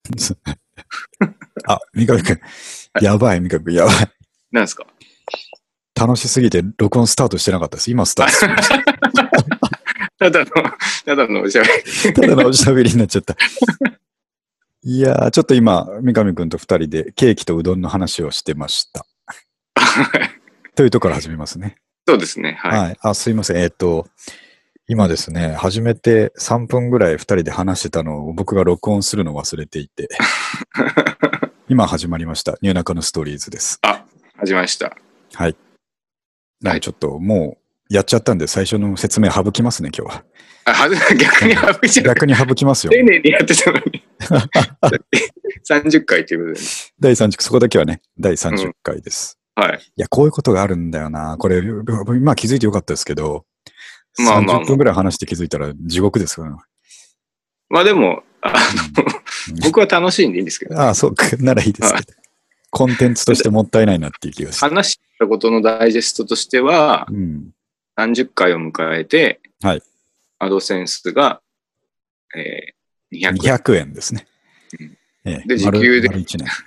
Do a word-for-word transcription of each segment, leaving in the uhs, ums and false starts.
あ、三上くん。やばい、三上くん、やばい。 何ですか？ 楽しすぎて録音スタートしてなかったです。今スタートしました。 ただの、ただのおしゃべり。 ただのおしゃべりになっちゃった。いやー、ちょっと今、三上くんと二人でケーキとうどんの話をしてました。というところから始めますね。 そうですね。はい。 はい。あ、すいません。えっと、今ですね、始めてさんぷんぐらい二人で話してたのを僕が録音するのを忘れていて、今始まりました。ニューナカのストーリーズです。 あ、始まりました。 はい。なのでちょっともうやっちゃったんで最初の説明省きますね、今日は。 あ、はず逆に省いちゃう。 逆に省きますよ。 丁寧にやってたのに。さんじゅっかいということで、ね。 だいさんじゅっかい、そこだけはね、だいさんじゅっかいです。 うん、はい。 いや、こういうことがあるんだよな。これ、今気づいてよかったですけど、 まあまあまあ、 さんじゅっぷんぐらい話して気づいたら地獄ですから。 まあでも、あの、うん、僕は楽しいんでいいんですけど。 ああ、そうか。ならいいですけど。コンテンツとしてもったいないなっていう気がして。 話したことのダイジェストとしては、うん、さんじゅっかいを迎えて、 はい、 アドセンスが、えー、にひゃくえん。 にひゃくえんですね。 うんええ、で、時給で。 丸いちねん。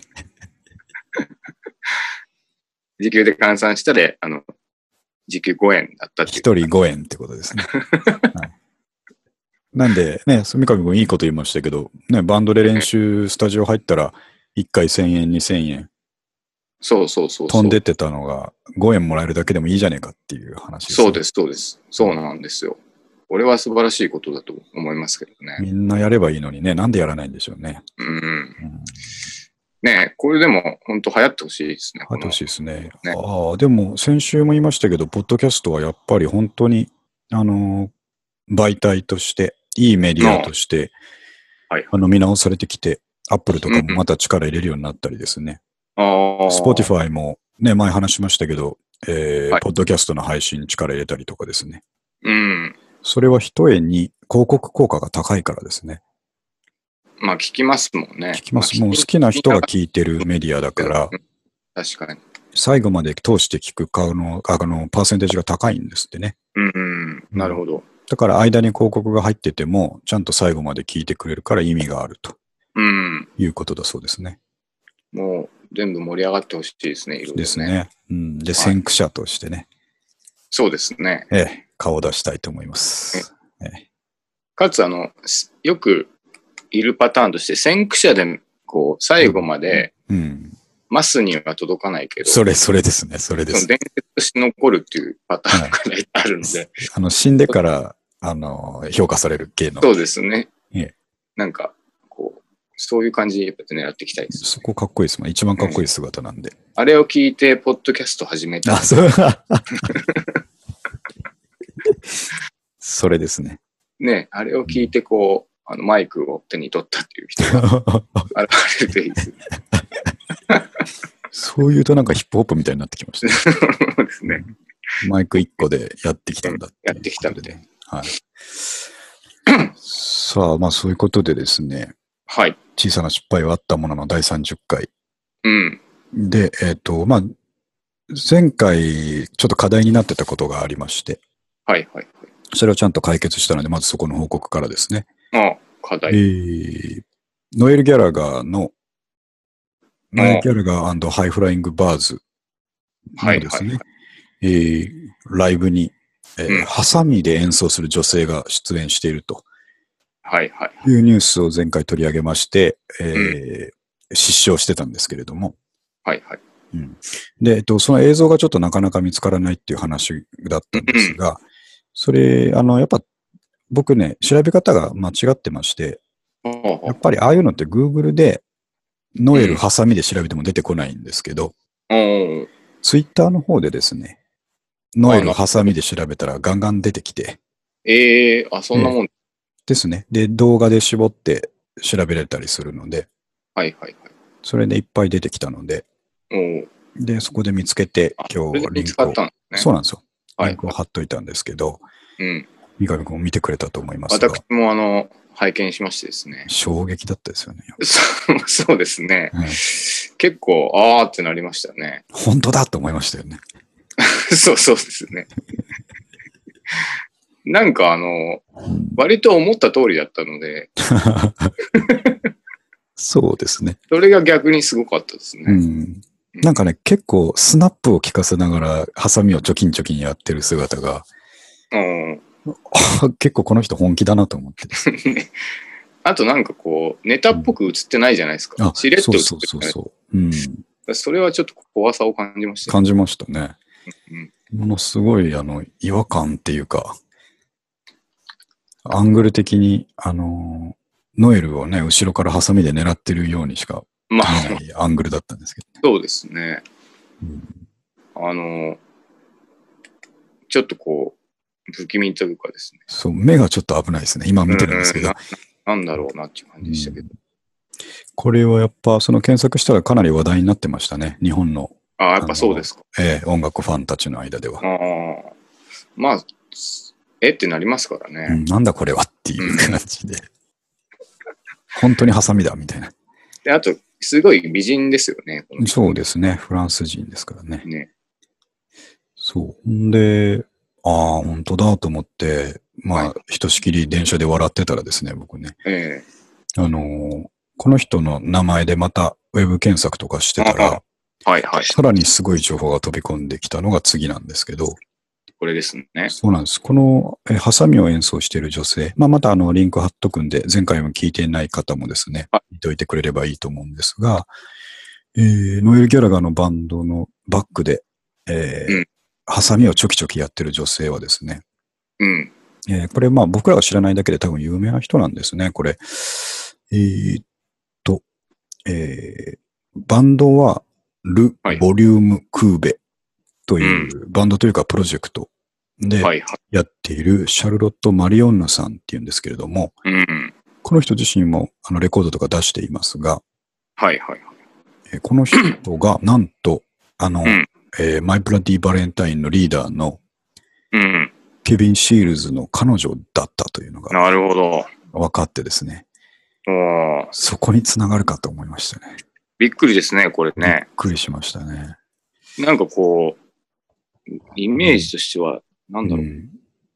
時給で換算したら、あの、時給ごえんだったっていう。 一人ごえんってことですね。はい、なんで、ね、三上君いいこと言いましたけど、ね、バンドで練習スタジオ入ったら、いっかいせんえん、にせんえん。 そうそうそう。 飛んでってたのが、ごえんもらえるだけでもいいじゃねえかっていう話です、ね。 そうです、そうです。そうなんですよ。これは素晴らしいことだと思いますけどね。 みんなやればいいのにね、なんでやらないんでしょうね。 うん。うんねえ、これでも本当流行ってほしいですね。 流行ってほしいですね。 ねああ、でも先週も言いましたけど、ポッドキャストはやっぱり本当に、あのー、媒体として、いいメディアとして、はい、あの見直されてきて、アップルとかもまた力入れるようになったりですね。スポティファイもね、前話しましたけど、えーはい、ポッドキャストの配信力入れたりとかですね。 うん。 それは一重に広告効果が高いからですね。 まあ聞きますもんね。 聞きます。もう好きな人が聞いてるメディアだから、 確かに。 最後まで通して聞く顔の、あの、パーセンテージが高いんですってね。 うん、うん、なるほど。 だから間に広告が入ってても、ちゃんと最後まで聞いてくれるから意味があると。うん。いうことだそうですね。 もう全部盛り上がってほしいですね、いろいろね。 ですね。うん。で、先駆者としてね、はい。 そうですね。 ええ、顔を出したいと思います。ええ、 かつ、あの、よくいるパターンとして、先駆者で、こう、最後まで、うん、うんマスには届かないけど。 それ、それですね。それです。 伝説として残るっていうパターンがあるので、はい。 あの、死んでから、あの、評価される系の。 そうですね。 ええ、 なんか、こう、そういう感じでやっぱ狙っていきたいです、ね。 そこかっこいいですもん。一番かっこいい姿なんで。うん、 あれを聞いて、ポッドキャスト始めた。 あ、そう。それですね。 ね、あれを聞いて、こう、あのマイクを手に取ったっていう人が現れるといいですね。 そういうとなんかヒップホップみたいになってきました、ね。 そうですね。 マイク一個でやってきたんだって、 うん。やってきたので。 はい。さあ、まあそういうことでですね。 はい。 小さな失敗はあったもののだいさんじゅっかい。 うん。 で、えっと、まあ、前回ちょっと課題になってたことがありまして。 はいはいはい。 それをちゃんと解決したので、まずそこの報告からですね。 ああ、課題。 えー、ノエル・ギャラガーのノエル・ギャラガー&ハイフライング・バーズのですね、はいはいはい、えー、ライブに、えーうん、ハサミで演奏する女性が出演していると、 はいはい、 いうニュースを前回取り上げまして、えーうん、失笑してたんですけれども、 はいはいうん、で、えっと、その映像がちょっとなかなか見つからないっていう話だったんですが、うん、それ、あの、やっぱ僕ね、調べ方が間違ってまして、やっぱりああいうのって Google でノエルハサミで調べても出てこないんですけど、 うん、 ツイッターの方でですね、ノエルハサミで調べたらガンガン出てきて。 ええー、あ、そんなもん、 えー、ですね。で、動画で絞って調べられたりするので、 はいはいはい。 それでいっぱい出てきたので、で、そこで見つけて、今日リンクを、ね、そうなんですよ。リンクを貼っといたんですけど、はいはい、うん。三上君も見てくれたと思いますが。 私もあの、拝見しましてですね。 衝撃だったですよね。 そうそうですね、はい。結構、あーってなりましたね。 本当だと思いましたよね。 そうそうですね。なんかあの、割と思った通りだったので。 そうですね。 それが逆にすごかったですね。 うん。なんかね、結構スナップを効かせながら、ハサミをチョキンチョキンやってる姿が、 うん、 結構この人本気だなと思ってですね。 あとなんかこう、ネタっぽく映ってないじゃないですか。うん、しれっと映ってる、ね。そうそうそう。うん。それはちょっと怖さを感じました、ね。 感じましたね。うん、ものすごい、あの、違和感っていうか、アングル的に、あの、ノエルをね、後ろからハサミで狙ってるようにしか見えないアングルだったんですけどね。 そうですね。うん、あの、ちょっとこう、不気味というかですね。 そう、目がちょっと危ないですね。今見てるんですけど。 な, なんだろうなっていう感じでしたけど。うん、 これはやっぱ、その検索したらかなり話題になってましたね。日本の。 ああ、やっぱそうですか。 ええ、音楽ファンたちの間では。 ああ。まあ、えってなりますからね。 うん、なんだこれはっていう感じで。うん、本当にハサミだみたいな。 で、あと、すごい美人ですよね。 このそうですね。フランス人ですからね。ね。そう。んで、ああ、本当だと思って、まあ、はい、ひとしきり電車で笑ってたらですね、僕ね。ええ、あのー、この人の名前でまたウェブ検索とかしてたら、 はいはい、 さらにすごい情報が飛び込んできたのが次なんですけど、 これですね。 そうなんです。この、えハサミを演奏している女性、まあ、またあのリンク貼っとくんで、前回も聞いていない方もですね、見ておいてくれればいいと思うんですが、えー、ノエル・ギャラガーのバンドのバックで、えーうん、ハサミをちょきちょきやってる女性はですね、うんえー、これまあ僕らが知らないだけで多分有名な人なんですね、これ。えー、っと、えー、バンドはル・ボリューム・クーベというバンドというかプロジェクトでやっているシャルロット・マリオンヌさんっていうんですけれども、うん、この人自身もあのレコードとか出していますが、 はいはい、 えー、この人がなんとあの、うんえー、マイ・ブラディ・バレンタインのリーダーの、うん、ケビン・シールズの彼女だったというのがなるほど分かってですね、そこにつながるかと思いましたね。 びっくりですね、これね。 びっくりしましたね。 なんかこう、イメージとしては、なんだろう。うん、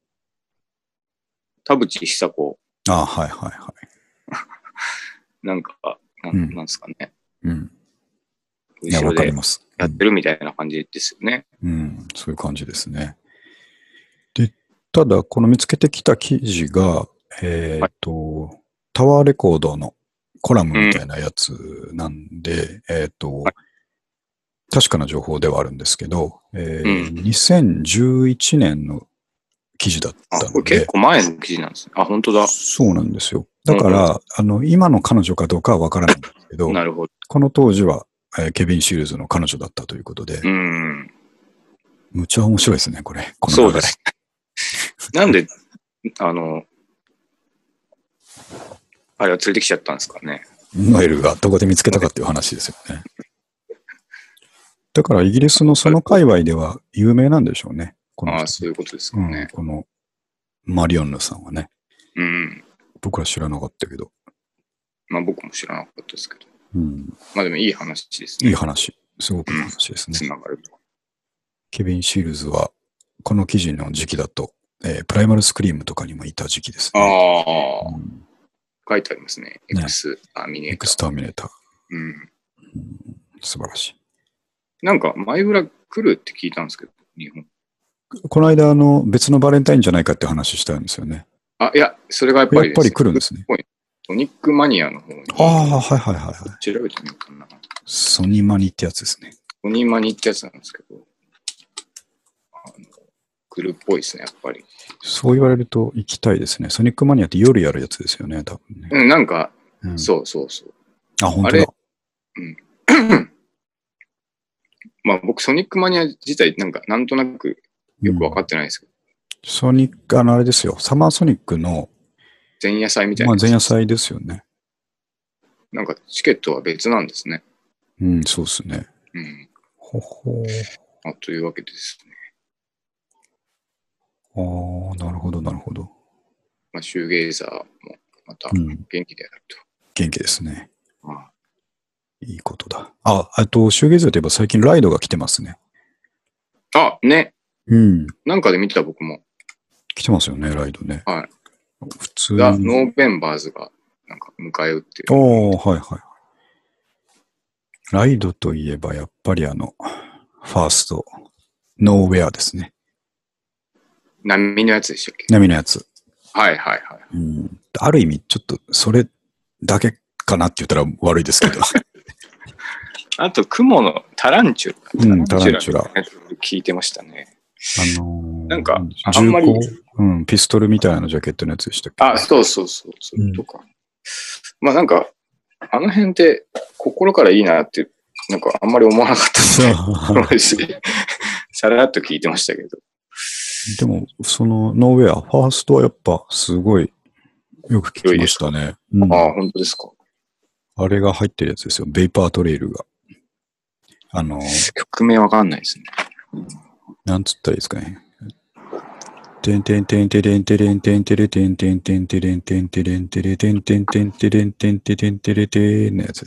田淵久子。 ああ、はいはいはい。 なんか、な ん,、うん、なんですかね。 うん。 いや、わかります。やってるみたいな感じですよね。 うん、うん、そういう感じですね。で、ただ、この見つけてきた記事が、えっ、ー、と、はい、タワーレコードのコラムみたいなやつなんで、うん、えっ、ー、と、はい、確かな情報ではあるんですけど、えーうん、にせんじゅういちねんの記事だったので。 あ、これ結構前の記事なんですね。あ、本当だ。 そうなんですよ。だから、うん、あの、今の彼女かどうかはわからないんですけど、 なるほど。 この当時は、えー、ケビン・シールズの彼女だったということで、 うん。 むちゃ面白いですね、これ。このそうです。なんで、あの、あれは連れてきちゃったんですかね。 ノエルがどこで見つけたかっていう話ですよね。だからイギリスのその界隈では有名なんでしょうね。 この人。ああ、そういうことですかね、 うん。このマリオンヌさんはね。 うん。 僕は知らなかったけど。 まあ僕も知らなかったですけど。うん。まあでもいい話ですね。 いい話。すごくいい話ですね。 つながると。 ケビン・シールズは、この記事の時期だと、えー、プライマルスクリームとかにもいた時期ですね。 ああ、うん、書いてありますね。エクスターミネーター。 エクスターミネーター。 うん。うん、 素晴らしい。 なんか、前裏来るって聞いたんですけど、日本。 この間、あの、別のバレンタインじゃないかって話したんですよね。 あ、いや、それがやっぱりです、ね。やっぱり来るんですね。 ソニックマニアの方に。 ああ、はいはいはい。 調べてみようかな。 ソニマニってやつですね。 ソニマニってやつなんですけど、あの来るっぽいですね、やっぱり。 そう言われると行きたいですね。ソニックマニアって夜やるやつですよね、多分ね。 うん、なんか、うん、そうそうそう。 あ、本当だ。 うん。まあ僕、ソニックマニア自体、なんか、なんとなくよく分かってないですけど。 うん、ソニック、あの、あれですよ。サマーソニックの前夜祭みたいな。 まあ前夜祭ですよね。 なんか、チケットは別なんですね。 うん、そうですね。 うん。 ほほあ、というわけですね。 ああ、なるほど、なるほど。 まあ、シューゲイザーもまた元気であると。うん、 元気ですね。ああいいことだ。あ、あと、シューゲイザーといえば最近ライドが来てますね。 あ、ね。 うん。 なんかで見た僕も。 来てますよね、ライドね。 はい。 普通に。 ザ・ノーベンバーズがなんか迎え撃ってる。 ああ、はいはい。 ライドといえばやっぱりあの、ファースト、ノーウェアですね。 波のやつでしたっけ？ 波のやつ。 はいはいはい。 うん、ある意味、ちょっとそれだけかなって言ったら悪いですけど。 あと、雲のタランチュラ。 うん、タランチュラ。 聞いてましたね。 あのー、 なんか、あんまり、 うん、ピストルみたいなのジャケットのやつでしたっけ？ あ、そうそうそう、それとか。うん、まあなんか、あの辺って心からいいなって、なんかあんまり思わなかったですね。さらっと聞いてましたけど。 でも、そのノーウェア、ファーストはやっぱすごいよく聞きましたね。 うん、ああ、本当ですか。 あれが入ってるやつですよ。ベイパートレイルが。あのー、 曲名わかんないですね。 なんつったらいいですかね。てんてんてんてれんてれんてんてれてんてんてんてれんてんてれんてれてんてんてんてれんてんてれんてれてんのやつです。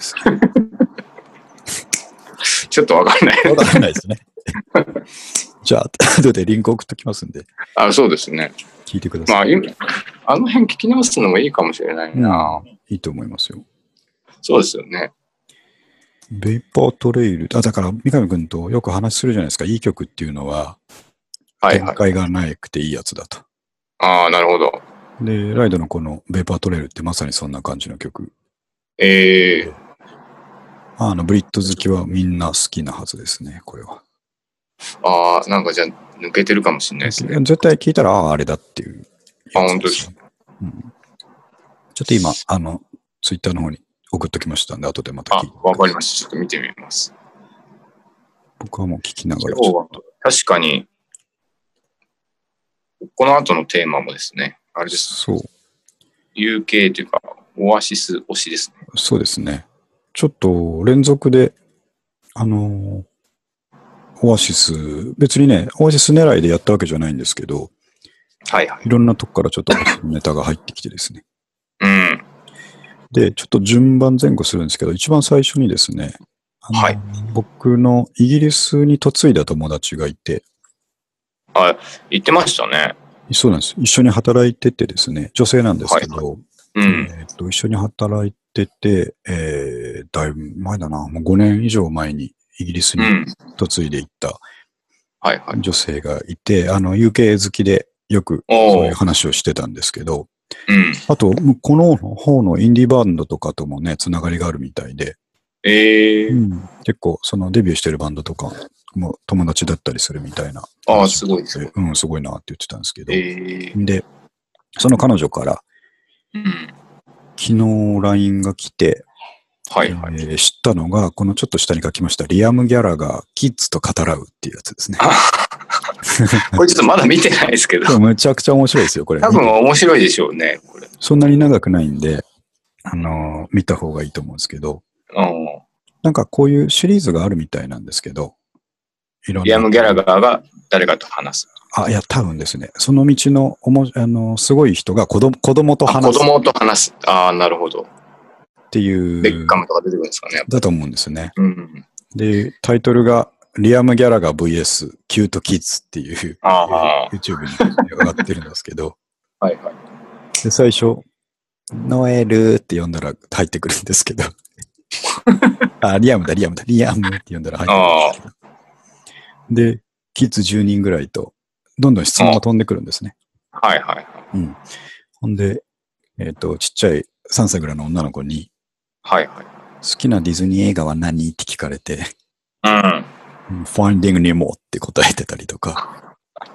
ちょっとわかんない。 わかんないですね。じゃあ、後でリンク送っときますんで。 あ、そうですね。 聞いてください。 まあ、今、あの辺聞き直すのもいいかもしれないな。 うん、いいと思いますよ。 そうですよね。 ベイパートレイル、あ、だから三上君とよく話するじゃないですか。いい曲っていうのは、展開がなくていいやつだと。 ああ、なるほど。 で、ライドのこのベイパートレイルってまさにそんな感じの曲。 ええー。 あの、ブリッド好きはみんな好きなはずですね、これは。 ああ、なんかじゃあ抜けてるかもしれないですね。 絶対聞いたら、ああ、あれだっていう。 あ、本当ですか。 うん。ちょっと今、あの、ツイッターの方に送っときましたんで、後でまた聞いて。 あ、わかりました。ちょっと見てみます。 僕はもう聞きながら。 確かに、この後のテーマもですね、あれです。 そう。 ユーケー というか、オアシス推しですね。 そうですね。ちょっと連続で、あのー、オアシス、別にね、オアシス狙いでやったわけじゃないんですけど、 はいはい。 いろんなとこからちょっとネタが入ってきてですね。 うん。 で、ちょっと順番前後するんですけど、一番最初にですね、 はい。 僕のイギリスに嫁いだ友達がいて、 あ、言ってましたね。 そうなんです。一緒に働いててですね、女性なんですけど、はい、 うん、 えっと、一緒に働いてて、えー、だいぶ前だな、もうごねん以上前にイギリスに嫁いでいった女性がいて、うんはいはい、あの、ユーケー 好きでよくそういう話をしてたんですけど、 うん、 あと、この方のインディーバンドとかともね、つながりがあるみたいで、 えーうん、結構、そのデビューしてるバンドとかも友達だったりするみたいな。 ああ、すごいですね。 うん、すごいなって言ってたんですけど。 えー、 で、その彼女から、 うん、 昨日 ライン が来て、 はいはい、 えー、知ったのが、このちょっと下に書きました、リアム・ギャラがキッズと語らうっていうやつですね。 これちょっとまだ見てないですけど。 めちゃくちゃ面白いですよ、これ。 多分面白いでしょうね、これ。 そんなに長くないんで、あのー、見た方がいいと思うんですけど、なんかこういうシリーズがあるみたいなんですけど、 いろんな。リアム・ギャラガーが誰かと話す。 あ、いや、多分ですね。その道のおも、あの、すごい人が子供、子供と話す。 子供と話す。ああ、なるほど。 っていう。 ベッカムとか出てくるんですかね。 だと思うんですね。 うん、 で、タイトルが、リアム・ギャラガー ブイエス キュート・キッズっていう、YouTube に上がってるんですけど。 はいはい。 で、最初、ノエルって呼んだら入ってくるんですけど。あ、リアムだ、リアムだ、リアムって呼んだら入ってくるんですけど。で、キッズじゅうにんぐらいと、どんどん質問が飛んでくるんですね。 はいはい。 うん。ほんで、えっと、ちっちゃいさんさいぐらいの女の子に、 はいはい。 好きなディズニー映画は何って聞かれて、 うん。 Finding Nemo って答えてたりとか。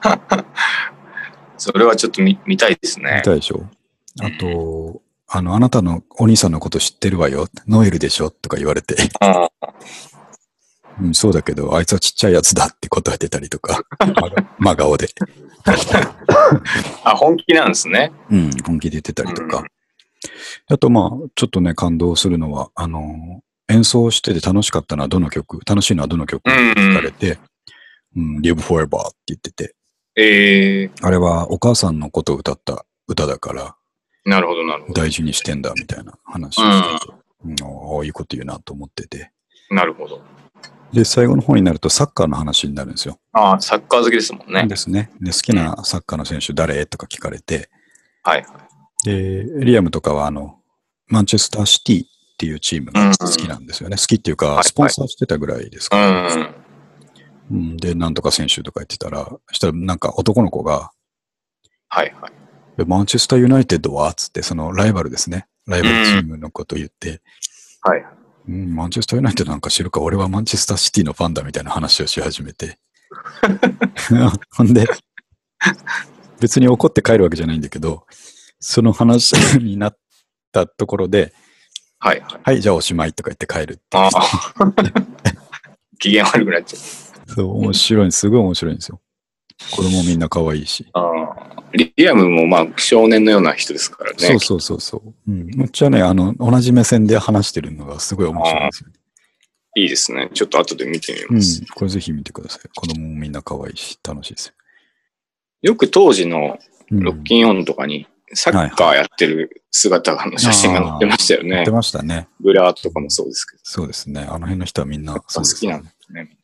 それはちょっと 見, 見たいですね。 見たいでしょ。あと、うん、あの、あなたのお兄さんのこと知ってるわよ。ノエルでしょとか言われて。うん、そうだけど、あいつはちっちゃいやつだって答えてたりとか。真顔で。 あ、本気なんですね。 うん、本気で言ってたりとか。うん、あと、まあ、ちょっとね、感動するのは、あの、演奏してて楽しかったのはどの曲、楽しいのはどの曲って聞かれて、うん、うん、Live Forever って言ってて。 えー、 あれはお母さんのことを歌った歌だから、 なるほど、なるほど。 大事にしてんだみたいな話をしてて、うん、ああいうこと言うなと思ってて。 なるほど。 で、最後の方になるとサッカーの話になるんですよ。 ああ、サッカー好きですもんね。 ですね。で、好きなサッカーの選手誰とか聞かれて、 はいはい。 で、リアムとかはあの、マンチェスターシティっていうチームが好きなんですよね。うん、好きっていうか、スポンサーしてたぐらいですから、ね、はいうん、で、なんとか選手とか言ってたら、したらなんか男の子が、 はいはい。 マンチェスターユナイテッドはつって、そのライバルですね。ライバルチームのことを言って、 うん、はい。 うん、マンチェスターユナイテッドなんか知るか、俺はマンチェスターシティのファンだみたいな話をし始めて。ほんで、別に怒って帰るわけじゃないんだけど、その話になったところで、 はいはい。 はい、じゃあおしまいとか言って帰るって。 ああ。機嫌悪くなっちゃう。 そう、面白い、すごい面白いんですよ。子供みんな可愛いし。 ああ。リアムもまあ少年のような人ですからね。 そうそうそうそう。うん。むっちゃね、あの、同じ目線で話してるのがすごい面白いんですよね。 いいですね。ちょっと後で見てみます。 うん。これぜひ見てください。子供もみんな可愛いし、楽しいですよ。 よく当時のロッキンオンとかにサッカーやってる姿の写真が載ってましたよね。 載ってましたね。 ブラーとかもそうですけど。 そうですね。あの辺の人はみんなそうですね。好きなんですね。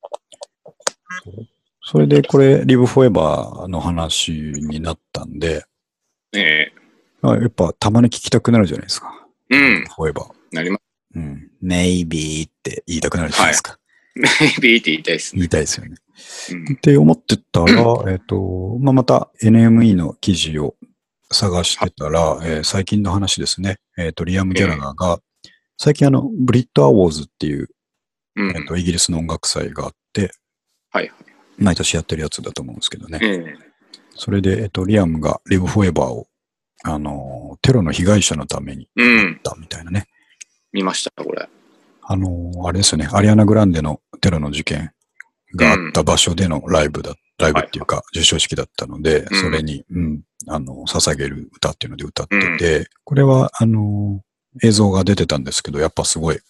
それでこれ、リブフォーエバーの話になったんで、 ええやっぱたまに聞きたくなるじゃないですか。 うん。 フォーエバー。 なります。 うん。Maybe って言いたくなるじゃないですか。 はい、Maybe って言いたいですね。 言いたいですよね。 うん、 って思ってたら、えっと、まあ、また エヌエムイー の記事を探してたら、えー、最近の話ですね。えっと、リアム・ギャラガーが、最近あの、ブリット・アワーズっていう、 うん、 えっと、イギリスの音楽祭があって、 はいはい。 毎年やってるやつだと思うんですけどね。 うん、 それで、えっと、リアムが Live Forever を、あの、テロの被害者のためにやったみたいなね。 うん、見ました、これ。 あの、あれですよね。アリアナ・グランデのテロの事件があった場所でのライブだ、うん、ライブっていうか、授賞式だったので、はいはい、それに、うん、あの、捧げる歌っていうので歌ってて、うん、これは、あの、映像が出てたんですけど、やっぱすごい、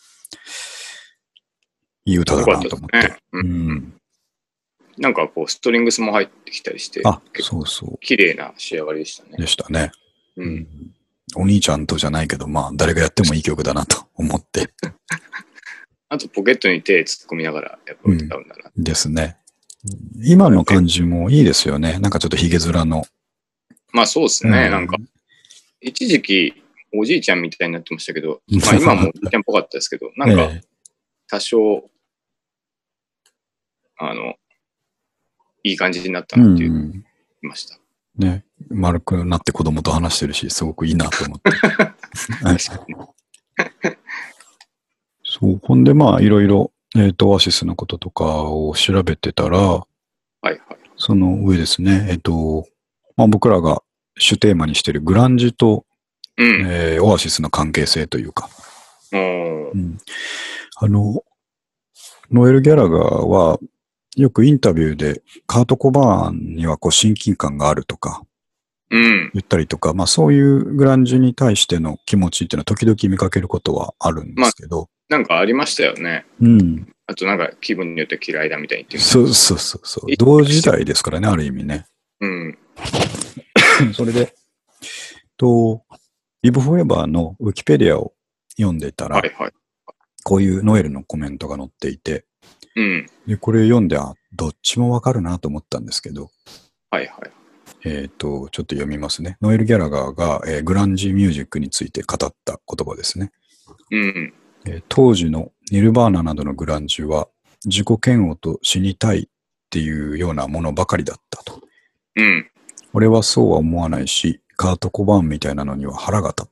いい歌だなと思って。ね、うん。 なんかこう、ストリングスも入ってきたりして、 あ、そうそう。 綺麗な仕上がりでしたね。 でしたね。 うん。 お兄ちゃんとじゃないけど、まあ、誰がやってもいい曲だなと思って。 あと、ポケットに手突っ込みながら、やっぱ歌うんだな、 うん。ですね。今の感じもいいですよね。なんかちょっとヒゲ面の。 まあそうですね。うん、なんか、一時期、おじいちゃんみたいになってましたけど、まあ今もおじいちゃんっぽかったですけど、なんか、多少、あの、いい感じになったなっていう、うん、いました。 ね。丸くなって子供と話してるし、すごくいいなと思って。そう。ほんで、まあ、いろいろ、えっと、オアシスのこととかを調べてたら、 はいはい。 その上ですね、えっと、まあ、僕らが主テーマにしているグランジと、うんえー、オアシスの関係性というか、うん、あの、ノエル・ギャラガーは、よくインタビューでカート・コバーンにはこう親近感があるとか、言ったりとか、うん、まあそういうグランジに対しての気持ちっていうのは時々見かけることはあるんですけど。 まあ、なんかありましたよね。 うん。 あとなんか気分によって嫌いだみたいに言ってそうそうそうそう。同時代ですからね、ある意味ね。 うん。 それで、と、リブ・フォーエバーのウィキペディアを読んでたら、はいはい、こういうノエルのコメントが載っていて、 うん、 でこれ読んで、あ、どっちもわかるなと思ったんですけど、 はいはい。 えっと、ちょっと読みますね。ノエル・ギャラガーが、えー、グランジミュージックについて語った言葉ですね。 うんえー、当時のニルバーナなどのグランジは自己嫌悪と死にたいっていうようなものばかりだったと。 うん、 俺はそうは思わないし、カート・コバーンみたいなのには腹が立った。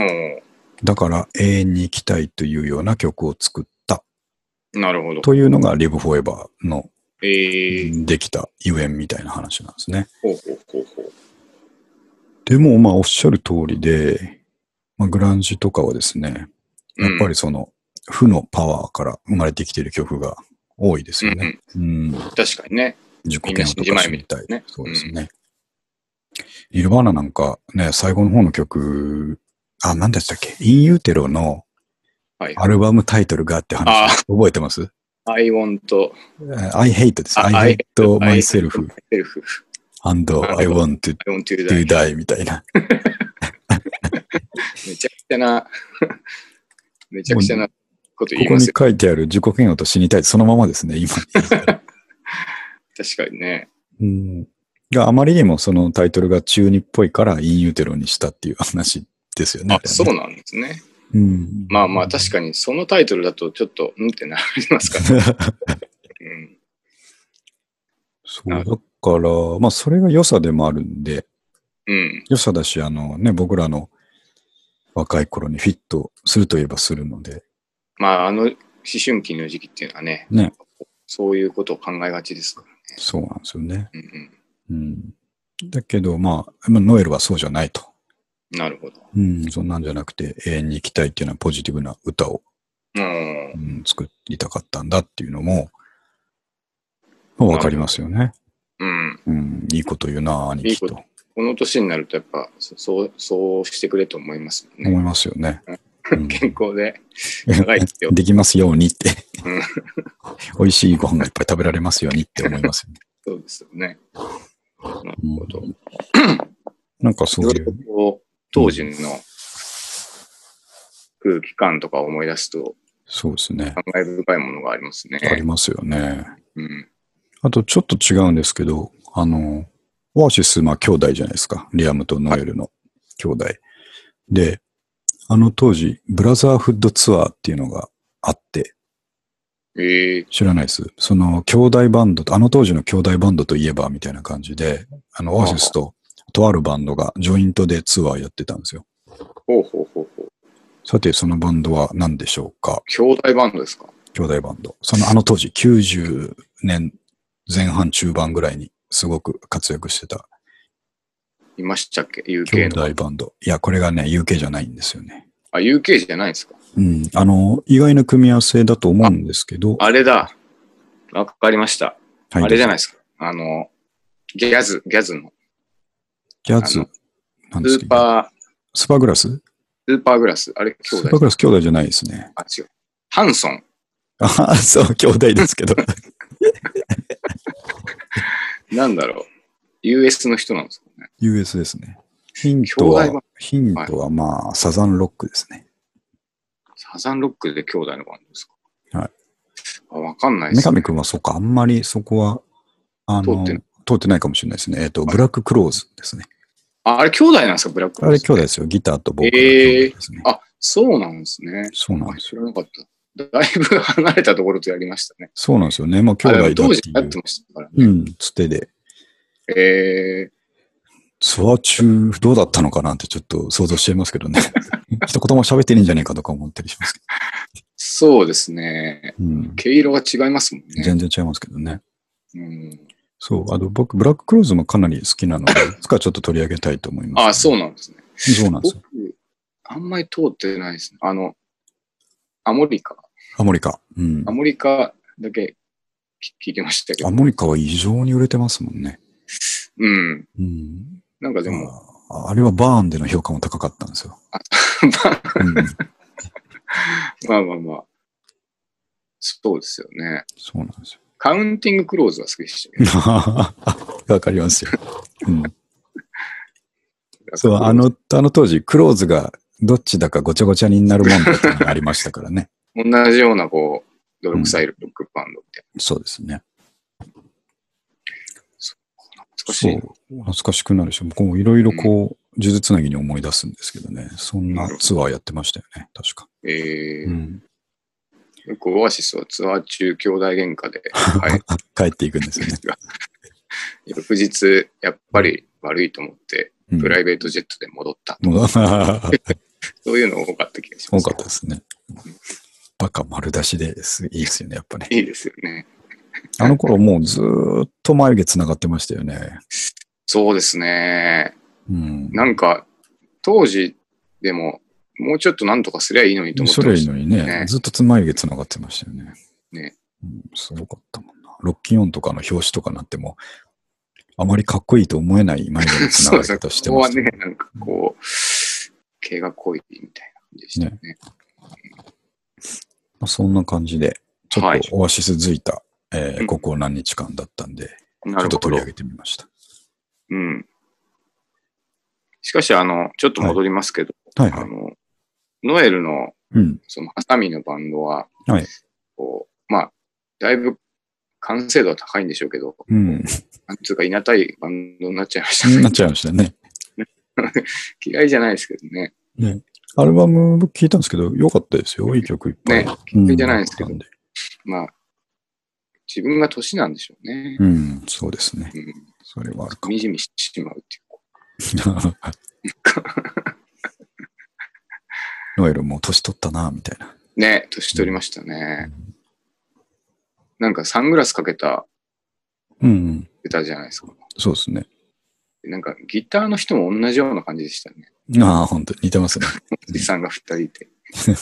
おだから永遠に生きたいというような曲を作った。 なるほど。 というのがリブ・フォーエバーのえー、 できたゆえんみたいな話なんですね。 ほうほうほうほう。 でもまあおっしゃる通りで、まあ、グランジとかはですね、やっぱりその負のパワーから生まれてきている曲が多いですよね。 うんうん、確かにね。 自己嫌悪とか死にたい。ね、そうですね。うん、ニルバーナなんかね、最後の方の曲、あ、何でしたっけ？インユーテロのアルバムタイトルがあって話、覚えてます？ I want, I hate です。I hate myself and I want to do die みたいな。 めちゃくちゃな、めちゃくちゃなこと言いますよ。 ここに書いてある自己嫌悪と死にたいそのままですね、今。 確かにね。 うん。があまりにもそのタイトルが中二っぽいからインユーテロにしたっていう話ですよね。 あ、そうなんですね。 うん、 まあまあ確かにそのタイトルだとちょっとうんってなりますからね。うん、 そう、だから、まあそれが良さでもあるんで、 うん、 良さだし、あのね、僕らの若い頃にフィットするといえばするので。 まああの思春期の時期っていうのはね、 ね。 そういうことを考えがちですからね。 そうなんですよね。 うんうん、だけど、まあ、ノエルはそうじゃないと。 なるほど。 うん、そんなんじゃなくて、永遠に生きたいっていうのはポジティブな歌を、 うんうん、作りたかったんだっていうのも、まあ、わかりますよね。 うん、 うん。いいこと言うな、兄貴と。 いいこと。この年になるとやっぱそう、そうしてくれと思いますもんね。 思いますよね。 うん、健康で長いってできますようにって。 うん、 美味しいご飯がいっぱい食べられますようにって思いますよね。 そうですよね。なるほど。うん、 なんかそういう。 こう当時の空気感とかを思い出すと、 そうですね。 感慨深いものがありますね。 ありますよね。 うん、 あとちょっと違うんですけど、あの、オアシス、まあ兄弟じゃないですか。リアムとノエルの兄弟。はい、で、あの当時、ブラザーフッドツアーっていうのがあって、 えー、 知らないです。その兄弟バンドと、あの当時の兄弟バンドといえばみたいな感じで、あの、オアシスととあるバンドがジョイントでツアーやってたんですよ。 ほうほうほうほう。 さて、そのバンドは何でしょうか？ 兄弟バンドですか？ 兄弟バンド。そのあの当時、きゅうじゅうねんぜん半中盤ぐらいにすごく活躍してた。 いましたっけ ?ユーケー の。 兄弟バンド。いや、これがね、ユーケー じゃないんですよね。 あ、ユーケー じゃないですか？ うん。あの、意外な組み合わせだと思うんですけど。 あ、あれだ。わかりました。はい、あれじゃないですか。あの、ギャズ、ギャズの。 ギャズ。 なんですか？スーパー。 スーパーグラス？ スーパーグラス。あれ、兄弟。 スーパーグラス兄弟じゃないですね。 あ、違う。ハンソン。 ああ、そう、兄弟ですけど。 なんだろう。ユーエス の人なんですかね。 ユーエス ですね。ヒントは、ヒントはまあ、サザンロックですね。 サザンロックで兄弟のバンドですか？ はい。 あ、わかんないですね。三上くんはそっか、あんまりそこは、あの、通って、通ってないかもしれないですね。えっと、ブラッククローズですね。 あ、あれ兄弟なんですか、ブラッククローズ。 あれ兄弟ですよ。ギターとボーカル兄弟ですね。 えー、あ、そうなんですね。 そうなんですよ。 知らなかった。だいぶ離れたところとやりましたね。 そうなんですよね。まあ、兄弟だっていう。 当時やってましたからね。 うん、つてで。 えー、 ツアー中どうだったのかなってちょっと想像しちゃいますけどね。一言も喋ってねえんじゃねえかとか思ったりしますけど。 そうですね。うん、毛色が違いますもんね。 全然違いますけどね。 うん、 そう。あの、僕、ブラッククローズもかなり好きなので、いつかちょっと取り上げたいと思います、ね。 あ、そうなんですね。 そうなんですよ。 僕、あんまり通ってないですね。あの、アモリカ。 アモリカ。うん。 アモリカだけ聞いてましたけど。 アモリカは異常に売れてますもんね。 うん。 うん。 なんかでも。 あ, あれはバーンでの評価も高かったんですよ。 うん、まあまあまあ。そうですよね。 そうなんですよ。 カウンティングクローズは好きでしたけど。 わかりますよ。うん、そう、あの、あの当時、クローズがどっちだかごちゃごちゃになる問題っていうのがありましたからね。 同じような、こう、泥臭いロックバンドみたいな。 うん、そうですね。 懐かしい。 そう、懐かしくなるし、こういろいろこう、うん、数珠つなぎに思い出すんですけどね。そんなツアーやってましたよね、確か。 ええー。うん、 よくオアシスはツアー中兄弟喧嘩で、 はい、帰っていくんですよね。 翌日、やっぱり悪いと思って、うん、プライベートジェットで戻ったと、うん、そういうの多かった気がします。 多かったですね。バカ丸出しです。いいですよね、やっぱね。 いいですよね。 あの頃もうずーっと眉毛つながってましたよね。 そうですね。 うん、 なんか、当時でも、もうちょっとなんとかすりゃいいのにと思ってました、ね。 それいいのにね、ずっと眉毛つながってましたよね。 ね。 うん、すごかったもんな。ロッキンオンとかの表紙とかなっても、あまりかっこいいと思えない眉毛のつながり方してました、 ね。ここはね、なんかこう、毛が濃いみたいな感じでしたね。ね、 まあ、そんな感じで、ちょっとオアシスづいた、はい、えー、ここ何日間だったんで、うん、ちょっと取り上げてみました。 うん。しかし、あの、ちょっと戻りますけど、 はいはいはい、 あの、ノエルの、 うん、 そのハサミのバンドは、 はい、 こうまあ、だいぶ完成度は高いんでしょうけど、 うん、 なんつうか、いなたいバンドになっちゃいましたね。 なっちゃいましたね。 嫌いじゃないですけどね。 ね、 アルバム僕聞いたんですけど、良かったですよ。いい曲いっぱい。 ね、聞いてないんですけど。うん、まあ、自分が年なんでしょうね。 うん、そうですね。 うん、 それはあるかも。 みじみしてしまうっていう。 ノエルもう年取ったな、みたいな。 ね、年取りましたね。うん、なんかサングラスかけた歌じゃないですか。うんうん、 そうですね。 なんかギターの人も同じような感じでしたね。 ああ、本当に似てますね。 おじさんが二人いて。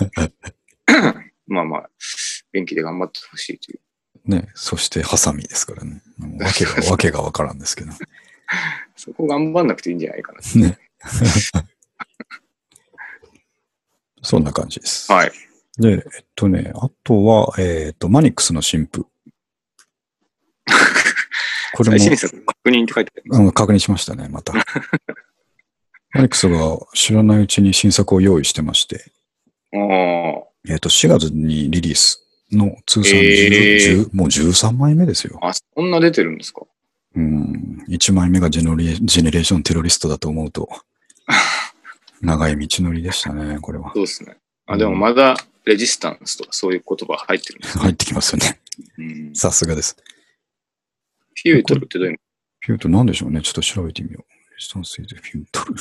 まあまあ、元気で頑張ってほしいという。 ね、そしてハサミですからね。わけが、わけがわからんですけど。 そこ頑張んなくていいんじゃないかな。ね。 そんな感じです。 はい。 で、えっとね、あとは、えっと、マニックスの新譜。 これも。最新作確認って書いてある、 うん、確認しましたね、また。マニックスが知らないうちに新作を用意してまして。 あえっと、しがつにリリースの通算じゅう、えー、もうじゅうさんまいめですよ。 あ、そんな出てるんですか？ うん。いちまいめがジェノリジェネレーションテロリストだと思うと、長い道のりでしたね、これは。 そうですね。あ、でもまだレジスタンスとかそういう言葉入ってるんですね。 入ってきますよね。さすがです。 フュートルってどういうの？ フュートルなんでしょうね。ちょっと調べてみよう。レジスタンスでフュートル。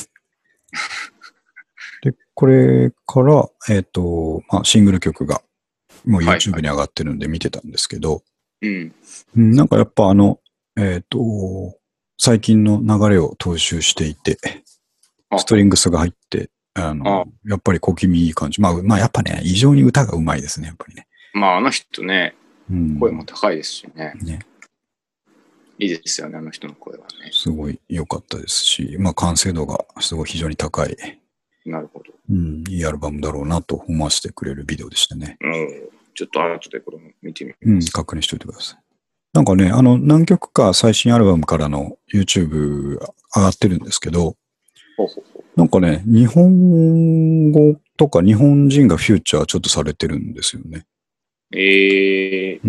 で、これから、えっと、まあ、シングル曲が、もう YouTube に上がってるんで見てたんですけど、 はいはい、 うん、なんかやっぱあの、えっと、最近の流れを踏襲していて、ストリングスが入って、あの、あやっぱり小気味いい感じ。まあ、まあ、やっぱね、異常に歌がうまいですね、やっぱりね。 まあ、あの人ね、うん、声も高いですしね。ね。いいですよね、あの人の声はね。 すごい良かったですし、まあ、完成度がすごい非常に高い。 なるほど。 うん、いいアルバムだろうなと思わせてくれるビデオでしたね。 うん。ちょっと後でこれも見てみます。 うん、確認しておいてください。なんかね、あの、何曲か最新アルバムからの YouTube 上がってるんですけど、 ほうほうほう、 なんかね、日本語とか日本人がフューチャーちょっとされてるんですよね。 ええー。 うん。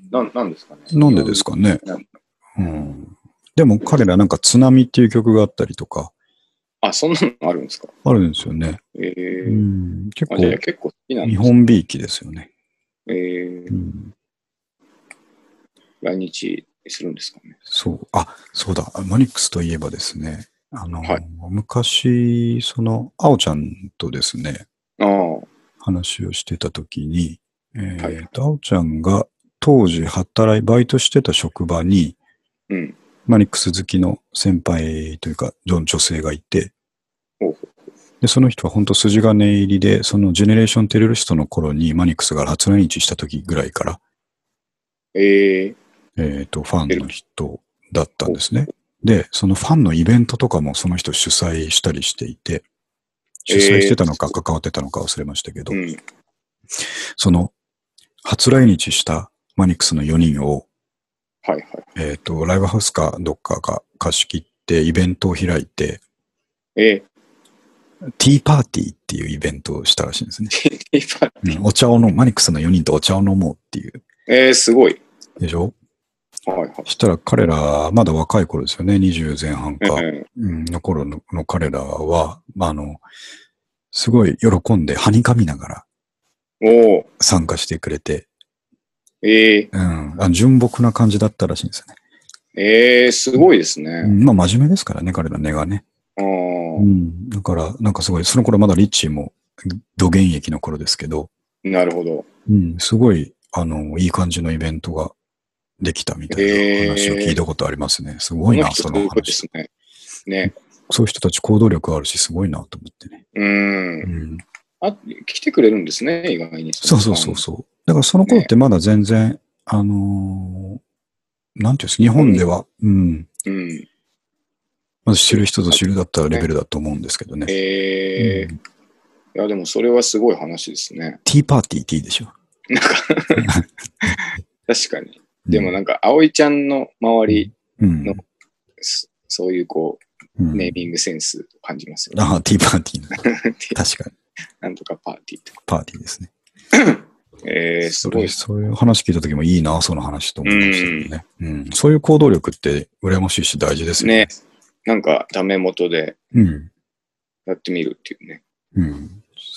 な、なんですかね。 なんでですかね。うん。でも彼らなんか津波っていう曲があったりとか。 あ、そんなのあるんですか？ あるんですよね。 ええー。 うん。結構、 結構好きなんです、ね、日本びいきですよね。 ええー。うん。来日するんですかね。 そう。あ、そうだ。マニックスといえばですね。あの、はい、昔、その、あおちゃんとですね、 ああ、 話をしてたときに、えーはい、あおちゃんが当時働い、バイトしてた職場に、うん、マニックス好きの先輩というか、女性がいて、 おで、その人は本当筋金入りで、そのジェネレーションテロリストの頃にマニックスが初来日した時ぐらいから、 えー、 えっと、ファンの人だったんですね。で、そのファンのイベントとかもその人主催したりしていて、主催してたのか関わってたのか忘れましたけど、えーうん、その、初来日したマニックスのよにんを、 はいはい。 えっと、ライブハウスかどっかが貸し切ってイベントを開いて、 えー、ティーパーティーっていうイベントをしたらしいんですね。 ティーパーティー、 うん、お茶を飲む、マニックスのよにんとお茶を飲もうっていう。 えー、すごい。 でしょ？ はいはい。 そしたら彼ら、まだ若い頃ですよね、にじゅうぜん半か、うん、の頃 の, の彼らは、まあ、あの、すごい喜んで、はにかみながら、 お参加してくれて、 ええー、 うん、あの純朴な感じだったらしいんですよね。 ええー、すごいですね。 うん、まあ、真面目ですからね、彼ら根がね。 あうん、だから、なんかすごい、その頃まだリッチーも、土現役の頃ですけど、 なるほど。 うん、すごい、あの、いい感じのイベントができたみたいな話を聞いたことありますね。すごいな、その話。 ですね。ね。 そういう人たち行動力あるし、すごいなと思ってね。 うん。うん、あ、来てくれるんですね、意外に。 そうそうそうそう。だからその頃ってまだ全然、ね、あのー、なんていうんですか、日本では、うん。うん。まず知る人ぞ知るだったらレベルだと思うんですけどね。 ええーうん、いや、でもそれはすごい話ですね。 ティーパーティーっていいでしょ。 なんか確かに。でもなんか、葵ちゃんの周りの、うんうん、そういうこう、ネーミングセンスを感じますよね。 ああ、ティーパーティーの。確かに。 なんとかパーティーとか。 パーティーですね。 えー、すごい。 そういう話聞いたときもいいな、その話と思いましたね、うん。うん。そういう行動力って羨ましいし大事ですよね。ね。 なんか、ダメ元で、やってみるっていうね。 うん。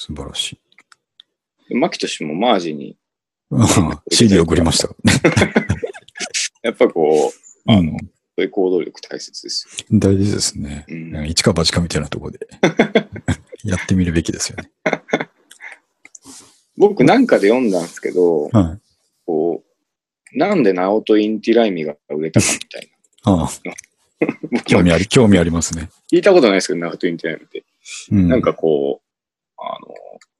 素晴らしい。マキト氏もマージにシーディー 送りました。 やっぱこう、あの、うん、そういう行動力大切ですよ。大事ですね。うん、一か八かみたいなところでやってみるべきですよね。 僕なんかで読んだんですけど、 はい、 こうなんでナオト・インティライミが売れたかみたいな。 ああ興味あり、興味ありますね。 聞いたことないですけど、ナオト・インティライミって。うん、なんかこう、あの、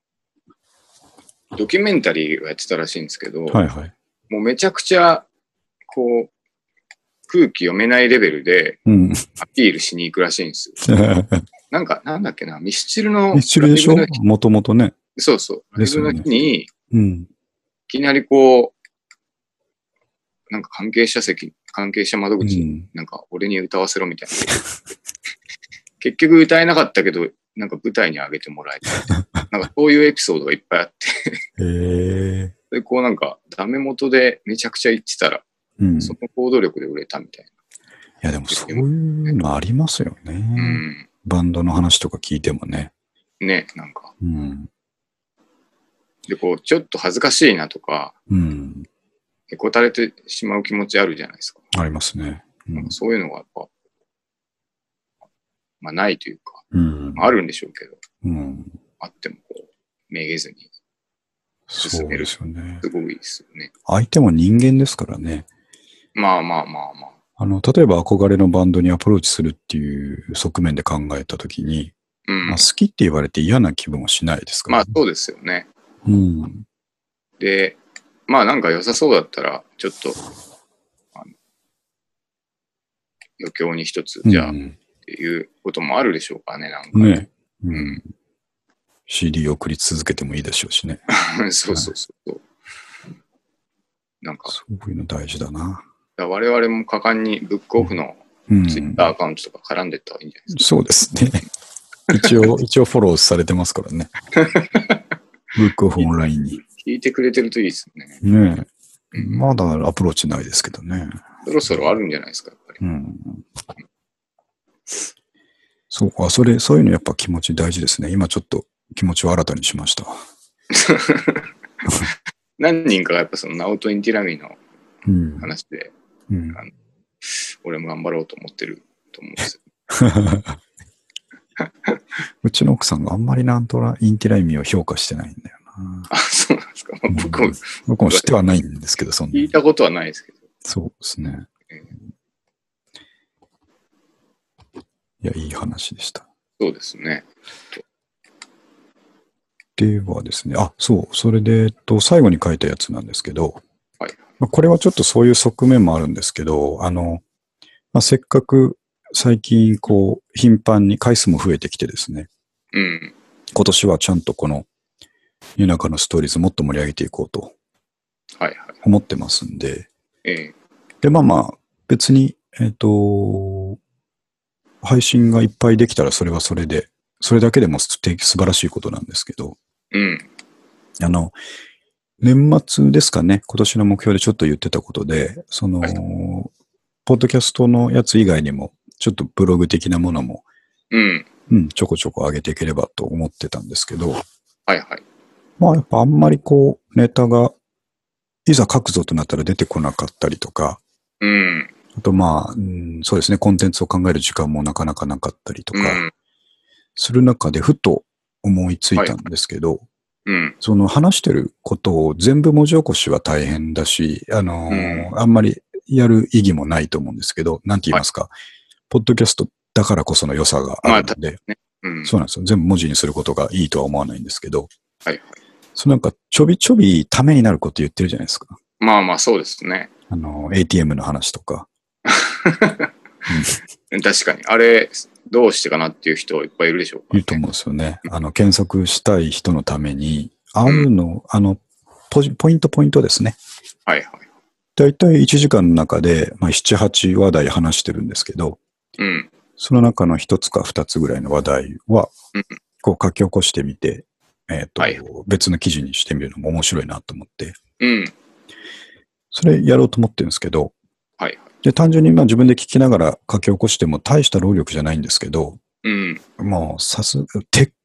ドキュメンタリーをやってたらしいんですけど、 はいはい、 もうめちゃくちゃ、こう、空気読めないレベルでアピールしに行くらしいんですよ。うん、なんか、なんだっけな、ミスチルの。 ミスチルでしょもともとね。 そうそう。ライブの日に、 うん、 いきなりこう、なんか関係者席、関係者窓口に、なんか俺に歌わせろみたいな。うん、結局歌えなかったけど、なんか舞台に上げてもらえた。なんかそういうエピソードがいっぱいあってへー。 で、こうなんかダメ元でめちゃくちゃ言ってたら、うん、その行動力で売れたみたいな。いやでもそういうのありますよね。うん、バンドの話とか聞いてもね。 ね、なんか。 うん、 で、こう、ちょっと恥ずかしいなとか、 うん、 へこたれてしまう気持ちあるじゃないですか。 ありますね。 うん、そういうのがやっぱ、まあないというか、 うん、 あるんでしょうけど、 うん、 あってもこう、めげずに進める。そうですよね。 すごいですよね。 相手も人間ですからね。 まあまあまあまあ。 あの、例えば憧れのバンドにアプローチするっていう側面で考えたときに、うん、まあ、好きって言われて嫌な気分はしないですから、 ね。まあそうですよね。 うん。 で、まあなんか良さそうだったら、ちょっと、あの余興に一つ、じゃあ、うん、っていうこともあるでしょうかね、なんかね。 ね、うんうん、シーディー を送り続けてもいいでしょうしね。 そうそうそう。はい、なんか。 そういうの大事だな。 我々も果敢にブックオフのツイッターアカウントとか絡んでいった方がいいんじゃないですか。 そうですね。一応、一応フォローされてますからね。ブックオフオンラインに。 聞いてくれてるといいですね。 ねえ。うん、まだアプローチないですけどね。 そろそろあるんじゃないですか、やっぱり。 うん。そうか、それ、そういうのやっぱ気持ち大事ですね。今ちょっと気持ちを新たにしました。 何人かがやっぱそのナオト・インティラミの話で、うんうん、あの俺も頑張ろうと思ってると思うんですよ。 うちの奥さんがあんまりなんとなインティライミを評価してないんだよな。 あ、そうなんですか。まあ、僕も、うん、 僕も知ってはないんですけど、そんな。 聞いたことはないですけど。 そうですね。えー、いや、いい話でした。 そうですね。 ではですね、あ、そう、それで、えっと、最後に書いたやつなんですけど、 はい、 まあ、これはちょっとそういう側面もあるんですけど、あの、まあ、せっかく最近こう頻繁に回数も増えてきてですね、 うん、 今年はちゃんとこの夜中のストーリーズもっと盛り上げていこうと思ってますんで、はいはいええ、 でまあまあ別にえっと配信がいっぱいできたらそれはそれでそれだけでも素敵素晴らしいことなんですけど、 うん、 あの年末ですかね、今年の目標でちょっと言ってたことで、その、はい、ポッドキャストのやつ以外にも、ちょっとブログ的なものも、 うん、 うん、ちょこちょこ上げていければと思ってたんですけど、 はいはい。 まあやっぱあんまりこう、ネタが、いざ書くぞとなったら出てこなかったりとか、 うん、 あとまあ、うん、そうですね、コンテンツを考える時間もなかなかなかったりとか、うん、する中でふと思いついたんですけど、はい、 うん、 その話してることを全部文字起こしは大変だし、あのーうん、あんまりやる意義もないと思うんですけど、なんて言いますか、はい、ポッドキャストだからこその良さがあるので、 まあねうん、 そうなんですよ。全部文字にすることがいいとは思わないんですけど、 はいはい、 そのなんかちょびちょびためになること言ってるじゃないですか。 まあまあそうですね。 あの、エーティーエム の話とか。 うん、確かに。あれ、どうしてかなっていう人いっぱいいるでしょうか、ね。 いると思うんですよね。あの、検索したい人のために、あるの、うん、あのポ、ポイントポイントですね。 はいはい。 だいたいいちじかんの中で、まあ、なな、はち話題話してるんですけど、 うん、 その中のひとつかふたつぐらいの話題は、 うん、 こう書き起こしてみて、えっと、 はい、 別の記事にしてみるのも面白いなと思って、 うん、 それやろうと思ってるんですけど、 はい、 で単純にまあ自分で聞きながら書き起こしても大した労力じゃないんですけど、 うん、 もうさす、テッ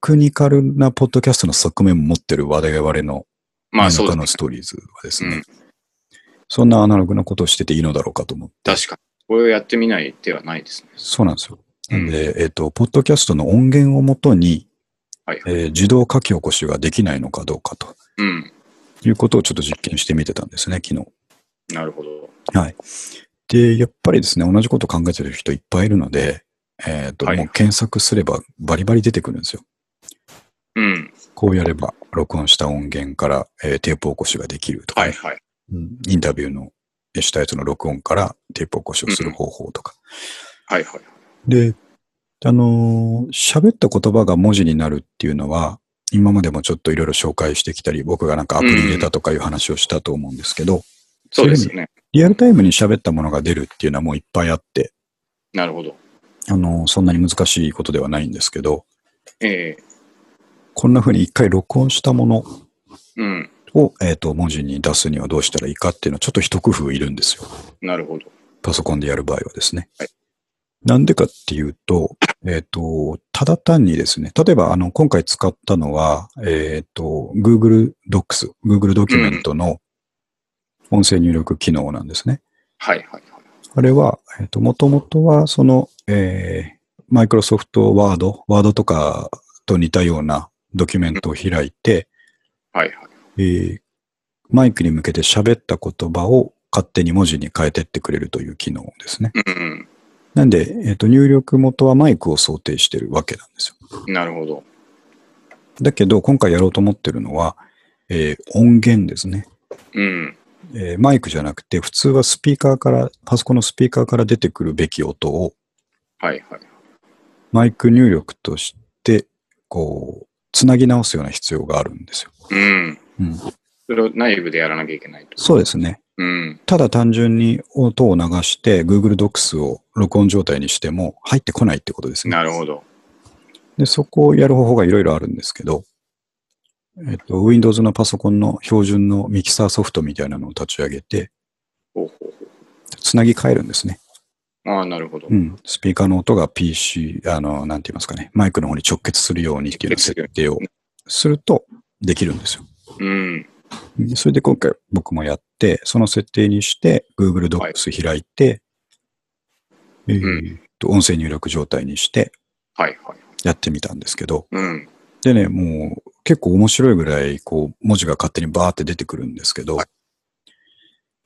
クニカルなポッドキャストの側面も持ってる我々の、 まあそうですね。 のストーリーズはですね、 うん、 そんなアナログなことをしてていいのだろうかと思って。 確かに。これをやってみない手はないですね。 そうなんですよ。なんで、うん、えっと、ポッドキャストの音源をもとに、はいはい、えー、自動書き起こしができないのかどうかと、うん、いうことをちょっと実験してみてたんですね、昨日。 なるほど。 はい。で、やっぱりですね、同じこと考えてる人いっぱいいるので、えっと、はい、もう検索すればバリバリ出てくるんですよ。うん。こうやれば、録音した音源から、えー、テープ起こしができるとか、ね、はいはい、うん。インタビューのしたやつの録音からテープ起こしをする方法とか。うん、はいはい。で、あのー、喋った言葉が文字になるっていうのは、今までもちょっといろいろ紹介してきたり、僕がなんかアプリ入れたとかいう話をしたと思うんですけど、うん、 そうですね。 リアルタイムに喋ったものが出るっていうのはもういっぱいあって、 なるほど。 あのー、そんなに難しいことではないんですけど、 ええー、 こんな風に一回録音したものを、 うん、 えっと、文字に出すにはどうしたらいいかっていうのはちょっと一工夫いるんですよ。 なるほど。 パソコンでやる場合はですね。 はい。 なんでかっていうと、えっと、ただ単にですね、例えばあの、今回使ったのは、えっと、Google Docs、Google ドキュメントの音声入力機能なんですね。 うん、はいはいはい。 あれは、えっと、もともとはその、えー、Microsoft Word、Word とかと似たようなドキュメントを開いて、 うん、はいはい。 えー、マイクに向けて喋った言葉を勝手に文字に変えてってくれるという機能ですね。 うん、 なんで、えっと、入力元はマイクを想定してるわけなんですよ。 なるほど。 だけど、今回やろうと思ってるのは、えー、音源ですね。 うん、 えー。マイクじゃなくて、普通はスピーカーから、パソコンのスピーカーから出てくるべき音を、 はいはい。 マイク入力として、こう、つなぎ直すような必要があるんですよ。 うん。うん。それを内部でやらなきゃいけないと。 そうですね。うん、ただ単純に音を流して Google Docs を録音状態にしても入ってこないってことですね。 なるほど。 で、そこをやる方法がいろいろあるんですけど、えっと、Windows のパソコンの標準のミキサーソフトみたいなのを立ち上げて、 ほうほうほう、 つなぎ替えるんですね。 ああ、なるほど。 うん。スピーカーの音が ピーシー、あの、なんて言いますかね、マイクの方に直結するようにっていうような設定をするとできるんですよ。うん。それで今回僕もやって、その設定にして Google Docs 開いて、はい、えー、っと、うん、音声入力状態にして、 はいはい。 やってみたんですけど、 うん、 でね、もう結構面白いぐらい、こう、文字が勝手にバーって出てくるんですけど、はい、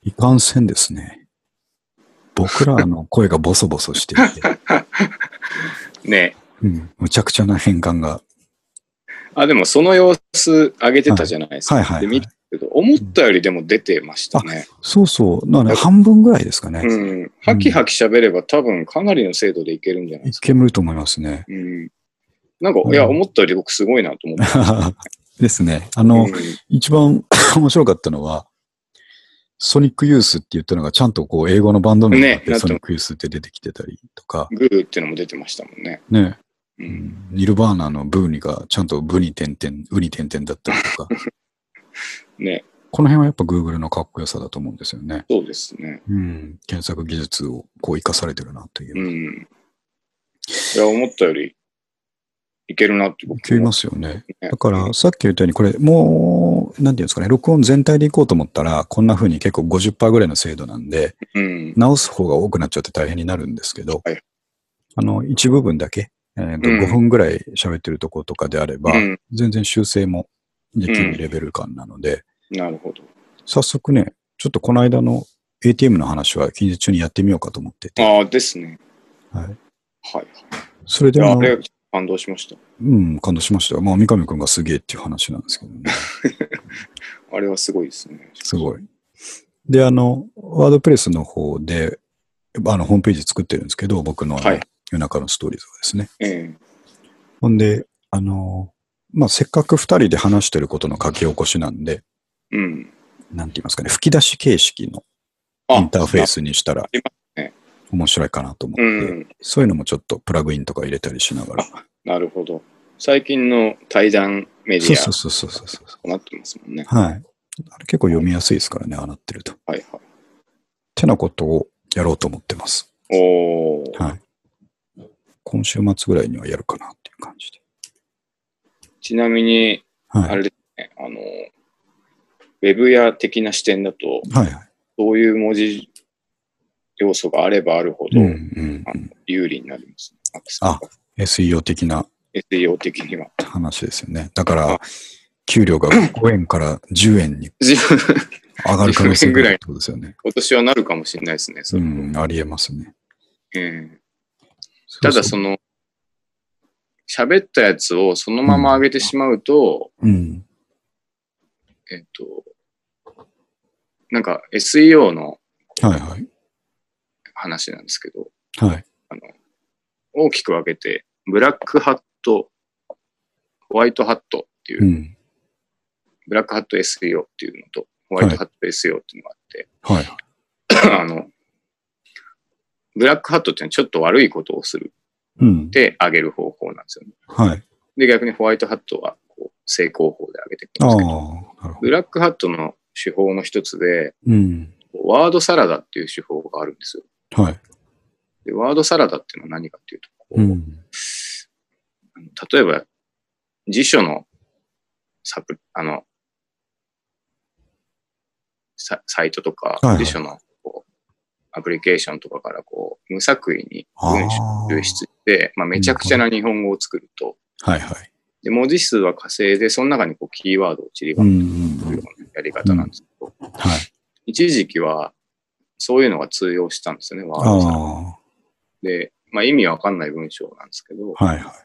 いかんせんですね。僕らの声がボソボソしていて。 ね。 うん。むちゃくちゃな変換が。 あ、でもその様子上げてたじゃないですか。はい、はいはいはい、で見たけど、思ったよりでも出てましたね。 うん、そうそう。なので半分ぐらいですかね。 うん。はきはき喋れば多分かなりの精度でいけるんじゃないですか。 いけると思いますね。 うん。なんか、いや、思ったより僕すごいなと思って。 ですね。あの、うん、一番面白かったのは、ソニックユースって言ったのがちゃんとこう英語のバンド名になって、ね、ソニックユースって出てきてたりとか。 グーっていうのも出てましたもんね。 ね。うん、ニルバーナのブーニがちゃんとブに点々、ウに点々だったりとか。 ね。 この辺はやっぱ Google のかっこよさだと思うんですよね。 そうですね。 うん。検索技術をこう活かされてるなという。 うん。いや、思ったよりいけるなって僕いけますよね。だからさっき言ったようにこれもう、なんていうんですかね、録音全体でいこうと思ったら、こんな風に結構 ごじゅっパーセント ぐらいの精度なんで、うん、直す方が多くなっちゃって大変になるんですけど、はい、あの、一部分だけ、えーとうん、ごふんぐらい喋ってるところとかであれば、うん、全然修正もできるレベル感なので、 うん、なるほど。 早速ね、ちょっとこの間の エーティーエム の話は近日中にやってみようかと思ってて。 ああ、ですね。 はい。 はいはい。 それであの、 感動しました。 うん、感動しました。まあ、三上くんがすげえっていう話なんですけどね。 あれはすごいですね。 すごい。で、あの、ワードプレスの方で、あの、ホームページ作ってるんですけど、僕のあの、はい、夜中のストーリーズはですね。ええ、ほんで、あの、まあ、せっかく二人で話してることの書き起こしなんで、うん。なんて言いますかね、吹き出し形式のインターフェースにしたら、面白いかなと思って、うん、そういうのもちょっとプラグインとか入れたりしながら。 なるほど。最近の対談メディアそうそうそうそうそう。 なってますもんね。 はい。あれ結構読みやすいですからね、ああなってると。 はいはい。 ってなことをやろうと思ってます。 おー。 はい。今週末ぐらいにはやるかなっていう感じで。 ちなみに、あれですね、はい、あの、ウェブや的な視点だと、はいはい、そういう文字要素があればあるほど、うんうん、あの有利になりますね。 あ、エスイーオー 的な。 エスイーオー 的には。 話ですよね。だから、給料がごえんからじゅうえんに上がる可能性があるってことですよね。 今年はなるかもしれないですね。 それうん、ありえますね。 えー、ただその、喋ったやつをそのまま上げてしまうと、うんうん、えっと、なんか エスイーオー の話なんですけど、はいはい、あの大きく分けて、ブラックハット、ホワイトハットっていう、うん、ブラックハット エスイーオー っていうのと、ホワイトハット エスイーオー っていうのがあって、はい、あの、ブラックハットっていうのはちょっと悪いことをするで上げる方法なんですよね。はい、で、逆にホワイトハットはこう成功法で上げていくんですけど、ブラックハットの手法の一つで、うん、ワードサラダっていう手法があるんですよ。はい、でワードサラダっていうのは何かっていうと、こう、うん、例えば辞書のサプあのササイトとか、はいはい、辞書のこうアプリケーションとかからこう無作為に文章を抽出して、まあ、めちゃくちゃな日本語を作ると、はいはい、で文字数は稼いで、その中にこうキーワードを散りばめるというようなやり方なんですけど、うんうんはい、一時期はそういうのが通用したんですよね、ワードサラダで、まあ、意味わかんない文章なんですけど、はいはい、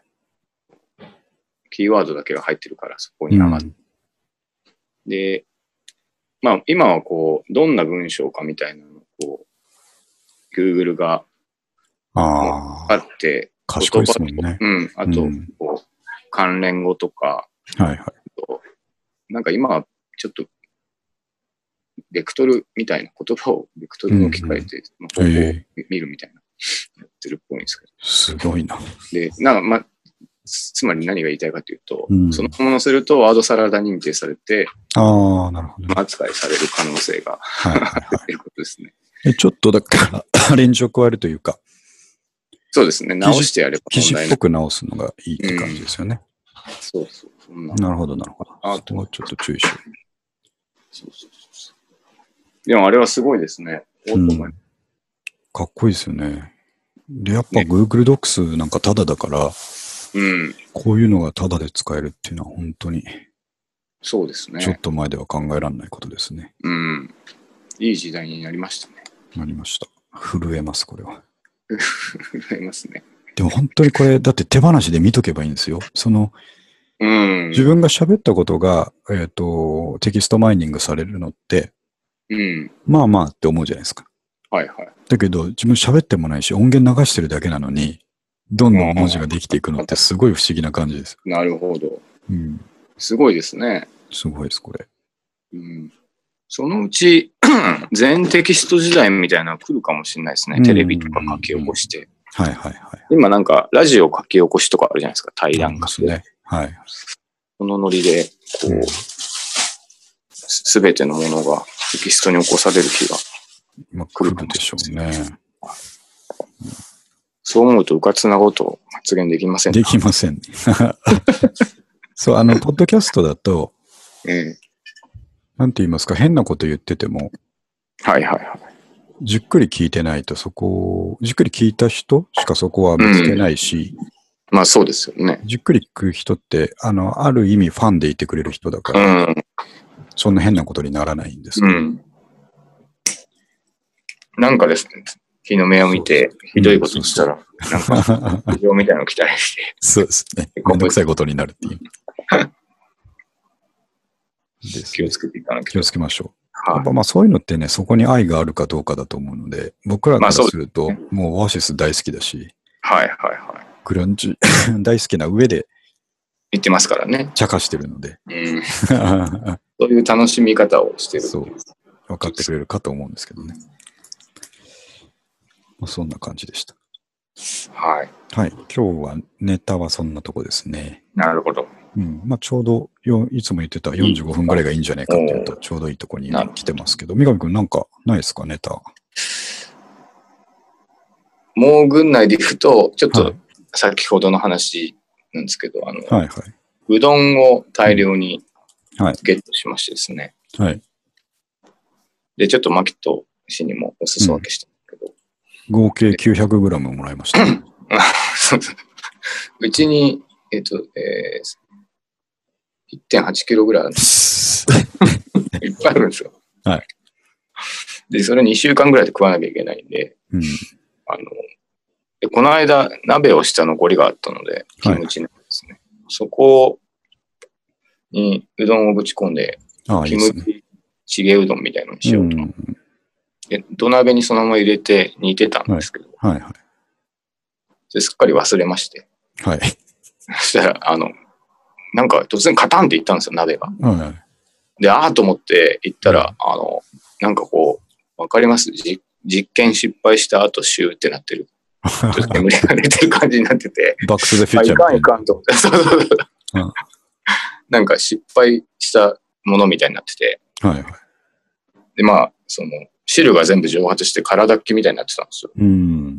キーワードだけが入ってるからそこに上がって、うん、で、まあ、今はこう、どんな文章かみたいなのをこう、Google があって、 賢いですもんね。 うん、あと、こう、関連語とか、はいはい、なんか今はちょっと、ベクトルみたいな言葉をベクトルに置き換えて、うんうん、方法を見るみたいな、やってるっぽいんですけど。 すごいな。 で、なんか、ま、つまり何が言いたいかというと、うん、そのものするとワードサラダ認定されて、 ああ、なるほど。 扱いされる可能性がはいはい、はい、 ということですね。 ちょっとだからアレンジを加えるというか、 そうですね。直してやれば問題ない。記事っぽく直すのがいいって感じですよね。 うん、そうそう。そんななるほど、なるほど。あとはちょっと注意しよう。 そうそうそう。でもあれはすごいですね。うん、 かっこいいですよね。で、やっぱ Google Docs なんかタダだから、うん、こういうのがタダで使えるっていうのは本当に、 そうですね。 ちょっと前では考えられないことですね。 うん。いい時代になりましたね。 なりました。震えます、これは。 震えますね。 でも本当にこれ、だって手放しで見とけばいいんですよ。その、うん、自分が喋ったことが、えっと、テキストマイニングされるのって、うん、まあまあって思うじゃないですか。はいはい。だけど、自分喋ってもないし、音源流してるだけなのに、どんどん文字ができていくのってすごい不思議な感じです。 なるほど。うん、すごいですね。 すごいです、これ。 うん、そのうち、全テキスト時代みたいなのが来るかもしれないですね。テレビとか書き起こして。 はいはいはい。 今なんか、ラジオ書き起こしとかあるじゃないですか。対談書き。 ね。はい。 このノリで、こう、すべ、うん、てのものがテキストに起こされる日が来るかもしれないですね。 そう思うと、うかつなことを発言できませんできません。そう、あの、ポッドキャストだと、ええ、なんて言いますか、変なこと言ってても、 はいはいはい。 じっくり聞いてないと、そこを、じっくり聞いた人しかそこは見つけないし、 うん、まあそうですよね。 じっくり聞く人って、あの、ある意味ファンでいてくれる人だから、うん、そんな変なことにならないんですけど、うん、 なんかですね、日の目を見て、ひどいことしたら、なんか、苦情みたいなの来たりして。 そうですね。めんどくさいことになるっていう。 気をつけていかなきゃ。 気をつけましょう。やっぱまあそういうのってね、そこに愛があるかどうかだと思うので、僕らからすると、もうオアシス大好きだし、 はいはいはい。 グランジ大好きな上で、 言ってますからね。 茶化してるので。うん、 そういう楽しみ方をしてる。 そう。分かってくれるかと思うんですけどね。まあ、そんな感じでした。 はい。 はい。今日はネタはそんなとこですね。 なるほど。 うん。まあちょうどよ、いつも言ってたよんじゅうごふんぐらいがいいんじゃないかっていうと、ちょうどいいとこに来てますけど、三上くんなんかないですか、ネタ。 もう軍内でいくと、ちょっと先ほどの話なんですけど、はい、あの、はいはい、 うどんを大量にゲットしましてですね。 はい。 で、ちょっとマキト氏にもお裾分けしたんだけど。 うん、合計 きゅうひゃくグラム もらいました。 そうそう。うちに、えっと、えー、いってんはちキロぐらいあるんです。いっぱいあるんですよ。 はい。 で、それにしゅうかんぐらいで食わなきゃいけないんで、 うん、 あの、でこの間、鍋をした残りがあったので、キムチなんですね。はい、そこにうどんをぶち込んで、 ああキムチチゲうどんみたいなのにしようと思って、うん、で土鍋にそのまま入れて煮てたんですけど、 はいはいはい、 ですっかり忘れまして、 はい、 そしたら、あの、なんか突然カタンっていったんですよ、鍋が。 はい、 で、ああと思って行ったら、あの、なんかこう、わかりますじ実験失敗した後シューってなってる。ちょっと煙が出てる感じになってて。 バックトゥザフューチャーみたいな。 いかんいかんと思って。そうそうそう。うん、なんか失敗したものみたいになってて。 はいはい。 で、まあ、その、汁が全部蒸発して体っきみたいになってたんですよ。 うん、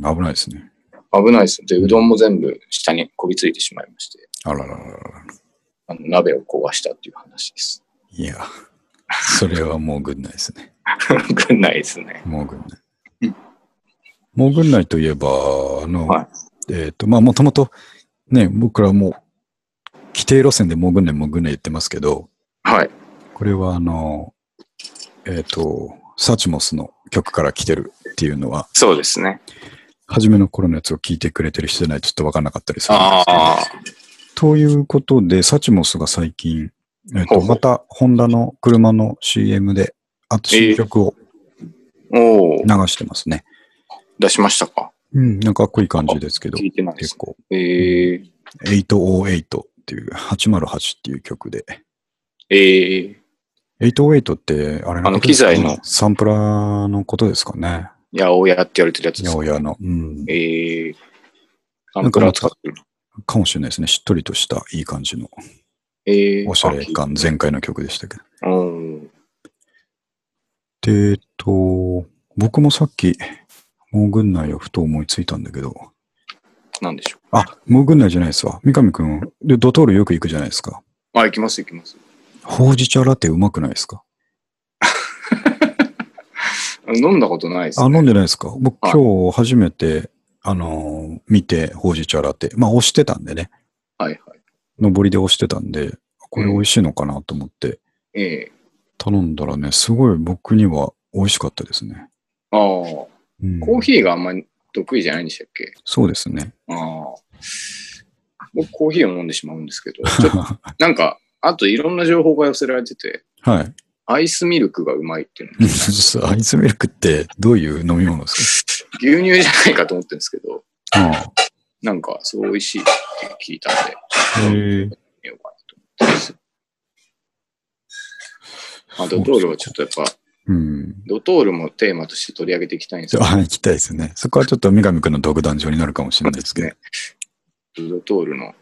危ないですね。 危ないです。で、うどんも全部下にこびついてしまいまして。 あららららら。 あの鍋を壊したっていう話です。 いや、それはもう軍内ですね。 軍内ですね。 もう軍内。もう軍内といえば、あの、 はい、 えっと、まあ、もともと、ね、僕らもう、規定路線でもう軍内もう軍内言ってますけど、 はい。 これは、あの、えっと、サチモスの曲から来てるっていうのは、 そうですね。 初めの頃のやつを聞いてくれてる人じゃないとちょっと分かんなかったりするんですけど。 あということで、サチモスが最近、えっと、また、ホンダの車の シーエム で、あと新曲を流してますね。 出しましたか？ うん、なんかかっこいい感じですけど、 聞いてないです結構。 えー、 はちまるはちっていう、はちまるはちっていう曲で。 えー、 はちまるはちって、あれあの機材のサンプラーのことですかね。 八百屋って言われてるやつですか？ 八百屋の。うん。 えー、サンプラー使ってるかもしれないですね。しっとりとしたいい感じの。 えー、 おしゃれ感全開の曲でしたけど。 うん、 で、えっと、僕もさっき、もう軍内をふと思いついたんだけど。 なんでしょう。 あ、もう軍内じゃないですわ。三上くん、で、ドトールよく行くじゃないですか。 あ、行きます行きます。 ほうじ茶ラテうまくないですか？ 飲んだことないですね。 あ、飲んでないですか？僕今日初めて、あのー、見て、ほうじ茶ラテ。まあ、押してたんでね。 はいはい。 上りで押してたんで、これ美味しいのかなと思って。 ええ。 頼んだらね、すごい僕には美味しかったですね。 ああ。うん、コーヒーがあんまり得意じゃないんでしたっけ？ そうですね。 ああ。僕コーヒーを飲んでしまうんですけど、ちょっとなんか、あといろんな情報が寄せられてて、 はい。 アイスミルクがうまいっていうの。アイスミルクってどういう飲み物ですか？ 牛乳じゃないかと思ってるんですけど、 ああ、 なんかすごい美味しいって聞いたんで、ちょっと見ようかなと思ってます。まあ、ドトールはちょっとやっぱ、 うん、 ドトールもテーマとして取り上げていきたいんですよ。 あ、行きたいですね。そこはちょっと三上くんの独壇場になるかもしれないですけど。ね、 ドトールの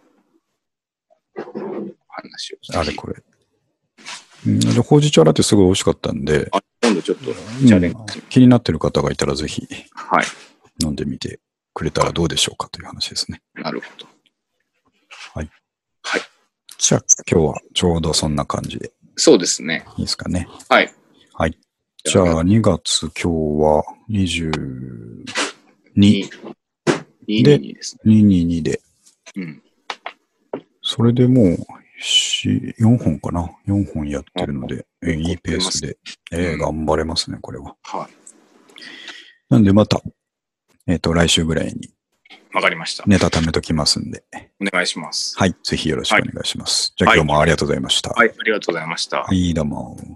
話を。 あれこれ。うん、で、ほうじ茶ラテすごい美味しかったんで、 あ、今度ちょっとチャレンジ、 うん、気になってる方がいたらぜひ、 はい、 飲んでみてくれたらどうでしょうかという話ですね。 なるほど。 はい。 はい。 じゃあ今日はちょうどそんな感じで。 そうですね。 いいですかね。 はい。 はい。じゃあにがつ今日はにじゅうに。で、にひゃくにじゅうにで。うん。それでもうよんほんかな。よんほんやってるので、えいいペースで、えー、頑張れますね、これは。 はい。 なんでまた、えっと、来週ぐらいに。 わかりました。 ネタ貯めときますんで。 お願いします。 はい。ぜひよろしくお願いします。はい、じゃあ今日もありがとうございました。 はい、ありがとうございました。 はい、どうも。